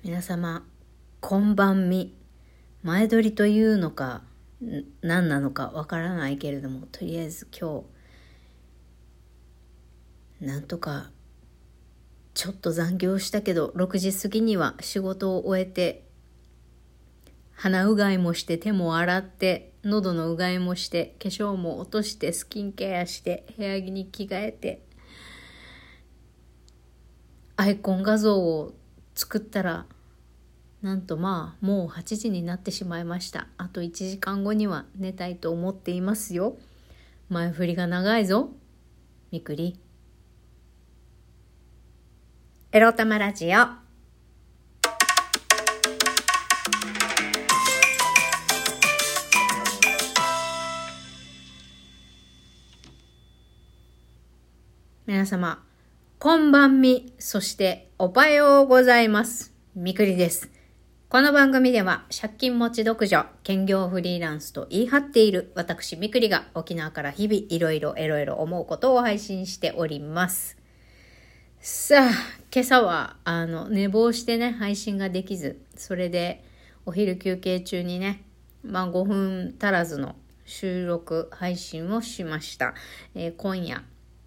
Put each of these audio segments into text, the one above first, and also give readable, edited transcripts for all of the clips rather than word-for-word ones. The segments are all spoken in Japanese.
皆様こんばんみ。前撮りというのか何なのかわからないけれども、とりあえず今日なんとかちょっと残業したけど6時過ぎには仕事を終えて、鼻うがいもして手も洗って喉のうがいもして化粧も落としてスキンケアして部屋着に着替えてアイコン画像を作ったら、なんともう8時になってしまいました。あと1時間後には寝たいと思っていますよ。前振りが長いぞみくり。エロ玉ラジオ。皆様こんばんみ、そしておはようございます。みくりです。この番組では借金持ち独女、兼業フリーランスと言い張っている私みくりが沖縄から日々いろいろ思うことを配信しております。さあ、今朝は寝坊してね配信ができず、それでお昼休憩中にね、5分足らずの収録配信をしました。今夜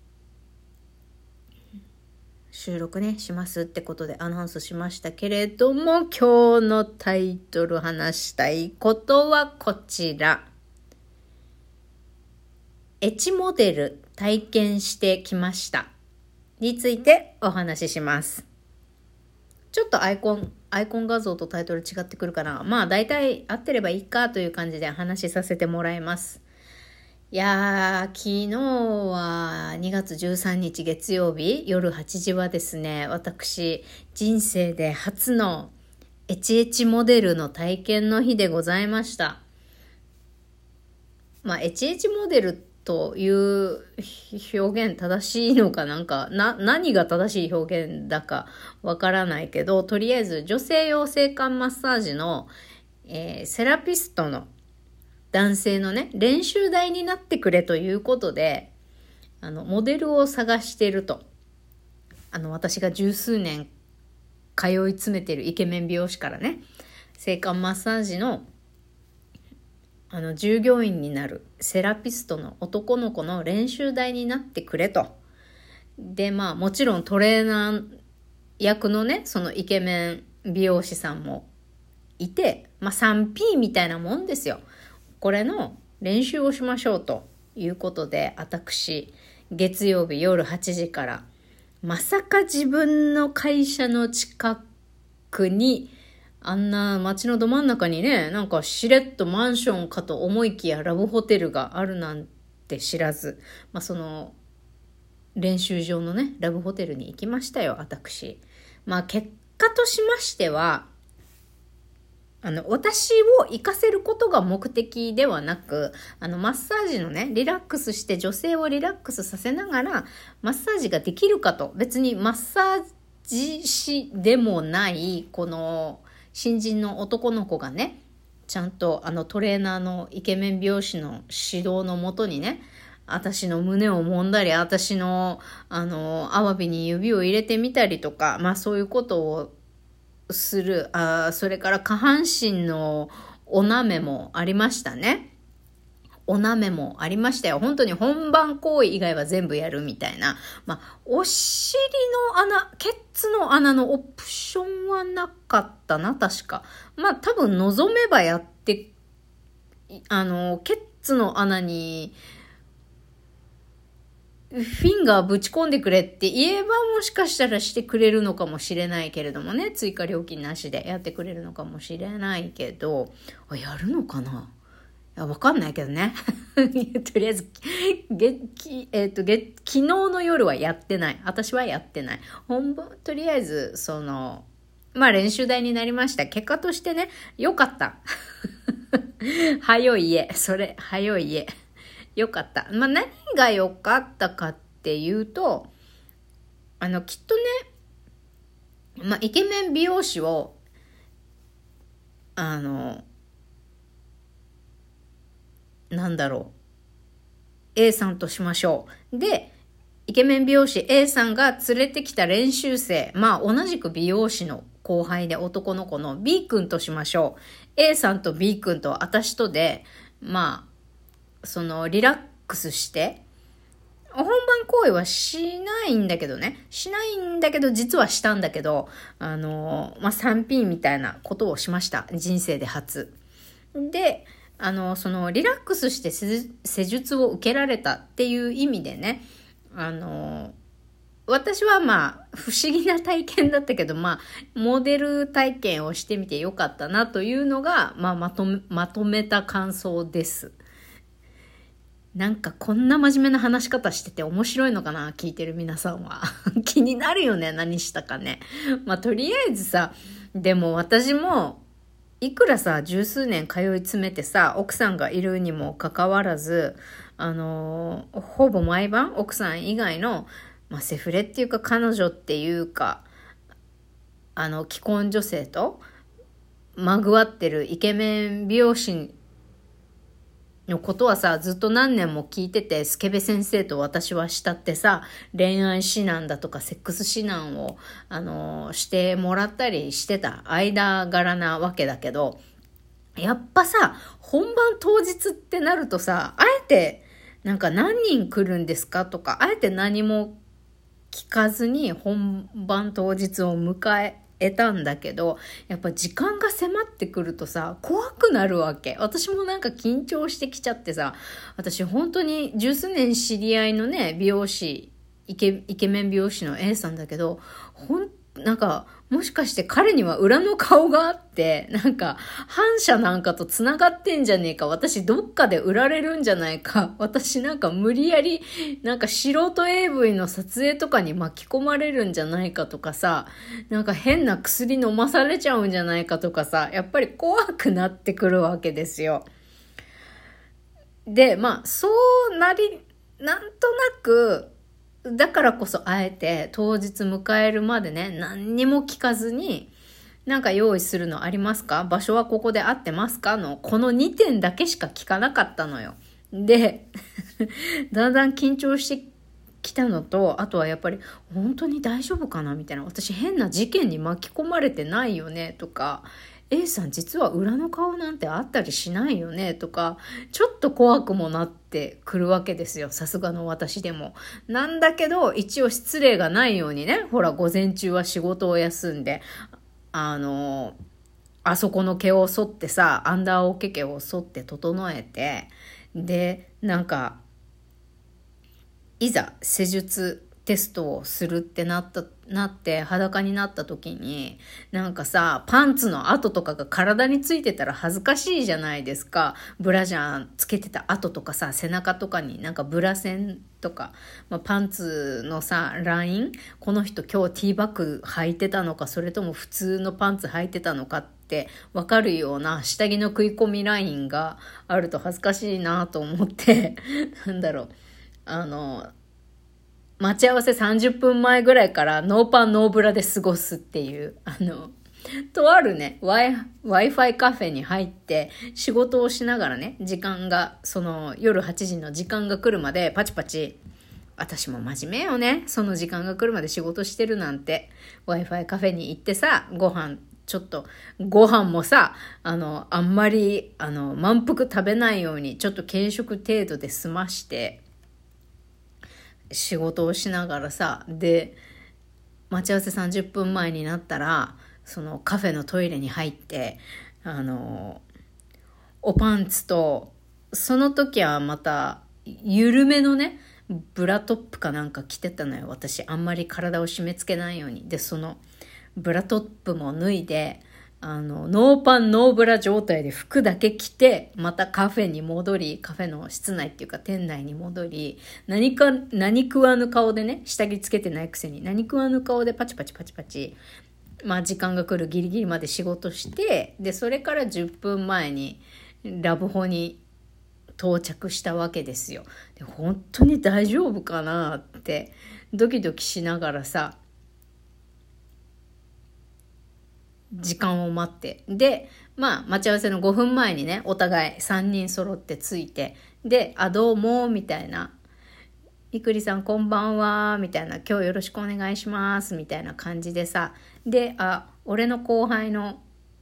収録ねしますってことでアナウンスしましたけれども、今日のタイトル話したいことはこちら。エッジモデル体験してきましたについてお話しします。ちょっとアイコン画像とタイトル違ってくるかな。だいたい合ってればいいかという感じで話しさせてもらいます。いやー、昨日は2月13日月曜日夜8時はですね、私人生で初のエチエチモデルの体験の日でございました。エチエチモデルという表現正しいのか何が正しい表現だかわからないけど、とりあえず女性用性感マッサージの、セラピストの男性のね練習台になってくれということで、モデルを探していると、私が十数年通い詰めているイケメン美容師からね、性感マッサージの従業員になるセラピストの男の子の練習台になってくれと。でもちろんトレーナー役のねそのイケメン美容師さんもいて、3P みたいなもんですよ。これの練習をしましょうということで、私月曜日夜8時からまさか自分の会社の近くにあんな街のど真ん中にね、しれっとマンションかと思いきやラブホテルがあるなんて知らず、その練習場のねラブホテルに行きましたよ、私。結果としましては、私を活かせることが目的ではなく、マッサージのねリラックスして女性をリラックスさせながらマッサージができるかと。別にマッサージ師でもないこの新人の男の子がね、ちゃんとトレーナーのイケメン美容師の指導のもとにね、私の胸を揉んだり、私のアワビに指を入れてみたりとか、そういうことをする。それから下半身のおなめもありましたね。おなめもありましたよ。本当に本番行為以外は全部やるみたいな。お尻の穴、ケツの穴のオプションはなかったな、確か。多分望めばやって、ケツの穴にフィンガーぶち込んでくれって言えばもしかしたらしてくれるのかもしれないけれどもね、追加料金なしでやってくれるのかもしれないけど、やるのかな、わかんないけどねとりあえず昨日の夜はやってない。私はやってない。とりあえず練習台になりました。結果としてね、よかった早い家よかった。何が良かったかっていうと、きっとね、イケメン美容師をA さんとしましょう。でイケメン美容師 A さんが連れてきた練習生、同じく美容師の後輩で男の子の B 君としましょう。A さんと B 君と私とで、そのリラックスして、本番行為はしないんだけどね。しないんだけど、実はしたんだけど、3P みたいなことをしました。人生で初。で、そのリラックスして施術を受けられたっていう意味でね、私は不思議な体験だったけど、モデル体験をしてみてよかったなというのが、まとめた感想です。なんかこんな真面目な話し方してて面白いのかな、聞いてる皆さんは。気になるよね、何したかね。とりあえずさ、でも私も、いくらさ、十数年通い詰めてさ、奥さんがいるにもかかわらず、ほぼ毎晩奥さん以外の、セフレっていうか彼女っていうか、既婚女性とまぐわってるイケメン美容師のことはさ、ずっと何年も聞いてて、スケベ先生と私はしたってさ、恋愛指南だとかセックス指南を、してもらったりしてた間柄なわけだけど、やっぱさ、本番当日ってなるとさ、あえて、なんか何人来るんですかとか、あえて何も聞かずに本番当日を迎えたんだけど、やっぱ時間が迫ってくるとさ、怖くなるわけ。私もなんか緊張してきちゃってさ、私本当に十数年知り合いのね、美容師、イケメン美容師の A さんだけど、なんか、もしかして彼には裏の顔があって、なんか、反社なんかと繋がってんじゃねえか、私どっかで売られるんじゃないか、私なんか無理やり、なんか素人 AV の撮影とかに巻き込まれるんじゃないかとかさ、なんか変な薬飲まされちゃうんじゃないかとかさ、やっぱり怖くなってくるわけですよ。で、そうなんとなく、だからこそあえて当日迎えるまでね、何にも聞かずに、なんか用意するのありますか？場所はここで合ってますか？この2点だけしか聞かなかったのよ。で、だんだん緊張してきたのと、あとはやっぱり本当に大丈夫かなみたいな。私変な事件に巻き込まれてないよねとか、A さん実は裏の顔なんてあったりしないよねとか、ちょっと怖くもなってくるわけですよ。さすがの私でも。なんだけど、一応失礼がないようにね、ほら午前中は仕事を休んで、あそこの毛を剃ってさ、アンダーオケ毛を剃って整えて、で、なんか、いざ施術テストをするってなって裸になった時に、なんかさ、パンツの跡とかが体についてたら恥ずかしいじゃないですか。ブラジャーつけてた跡とかさ、背中とかになんかブラ線とか、パンツのさ、ライン、この人今日ティーバッグ履いてたのか、それとも普通のパンツ履いてたのかってわかるような下着の食い込みラインがあると恥ずかしいなと思ってなんだろう、待ち合わせ30分前ぐらいからノーパンノーブラで過ごすっていう、とあるね、Wi-Fi カフェに入って仕事をしながらね、時間が、その夜8時の時間が来るまでパチパチ、私も真面目よね、その時間が来るまで仕事してるなんて。Wi-Fi カフェに行ってさ、ご飯もさ、あんまり、満腹食べないように、ちょっと軽食程度で済まして、仕事をしながらさ、で、待ち合わせ30分前になったら、そのカフェのトイレに入って、おパンツと、その時はまた、緩めのね、ブラトップかなんか着てたのよ。私、あんまり体を締め付けないように。で、その、ブラトップも脱いで、ノーパンノーブラ状態で服だけ着て、またカフェに戻り、カフェの室内っていうか店内に戻り、何食わぬ顔でね、下着つけてないくせに、何食わぬ顔でパチパチ、時間が来るギリギリまで仕事して、で、それから10分前にラブホに到着したわけですよ。で、本当に大丈夫かなってドキドキしながらさ、時間を待って。で、待ち合わせの5分前にね、お互い3人揃ってついて、で、どうも、みたいな。 みくりさんこんばんは、みたいな、今日よろしくお願いします、みたいな感じでさ、で、俺の後輩の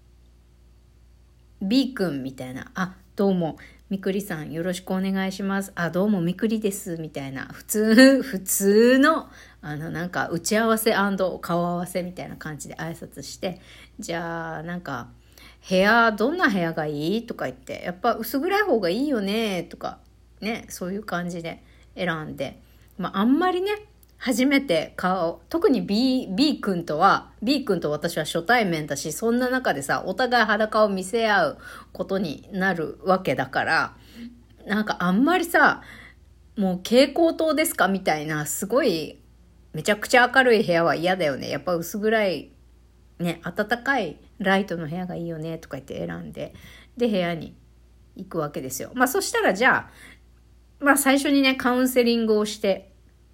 B 君みたいな、どうも、みくりさんよろしくお願いします。どうもみくりです、みたいな、普通の、なんか打ち合わせ&顔合わせみたいな感じで挨拶して、じゃあ、なんか、どんな部屋がいいとか言って、やっぱ薄暗い方がいいよね、とか、ね、そういう感じで選んで、あんまりね、初めて特に B 君と私は初対面だし、そんな中でさ、お互い裸を見せ合うことになるわけだから、なんかあんまりさ、もう蛍光灯ですかみたいな、すごい、めちゃくちゃ明るい部屋は嫌だよね。やっぱ薄暗い、ね、暖かいライトの部屋がいいよね、とか言って選んで、で、部屋に行くわけですよ。そしたらじゃあ、最初にね、カウンセリングをして、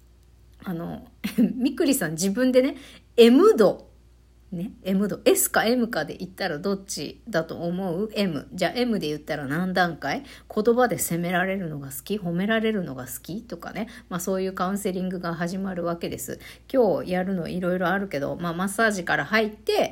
みくりさん自分でね、M 度、ね、M 度、S か M かで言ったらどっちだと思う？ M。じゃあ M で言ったら何段階？言葉で責められるのが好き？褒められるのが好き？とかね。そういうカウンセリングが始まるわけです。今日やるのいろいろあるけど、マッサージから入って、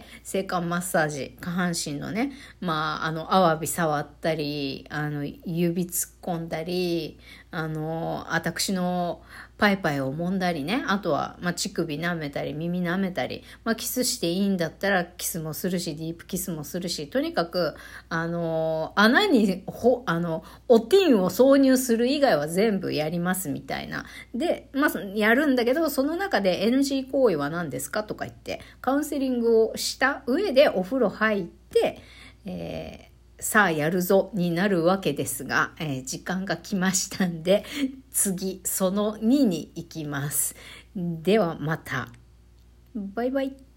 性感マッサージ、下半身のね、アワビ触ったり、指突っ込んだり、私のパイパイを揉んだりね、あとは、乳首舐めたり、耳舐めたり、キスしていいんだったらキスもするし、ディープキスもするし、とにかく、穴に、おティンを挿入する以外は全部やりますみたいな。で、やるんだけど、その中で NG 行為は何ですかとか言って、カウンセリングをした上でお風呂入って、さあやるぞになるわけですが、時間が来ましたんで、次その2に行きます。ではまた。バイバイ。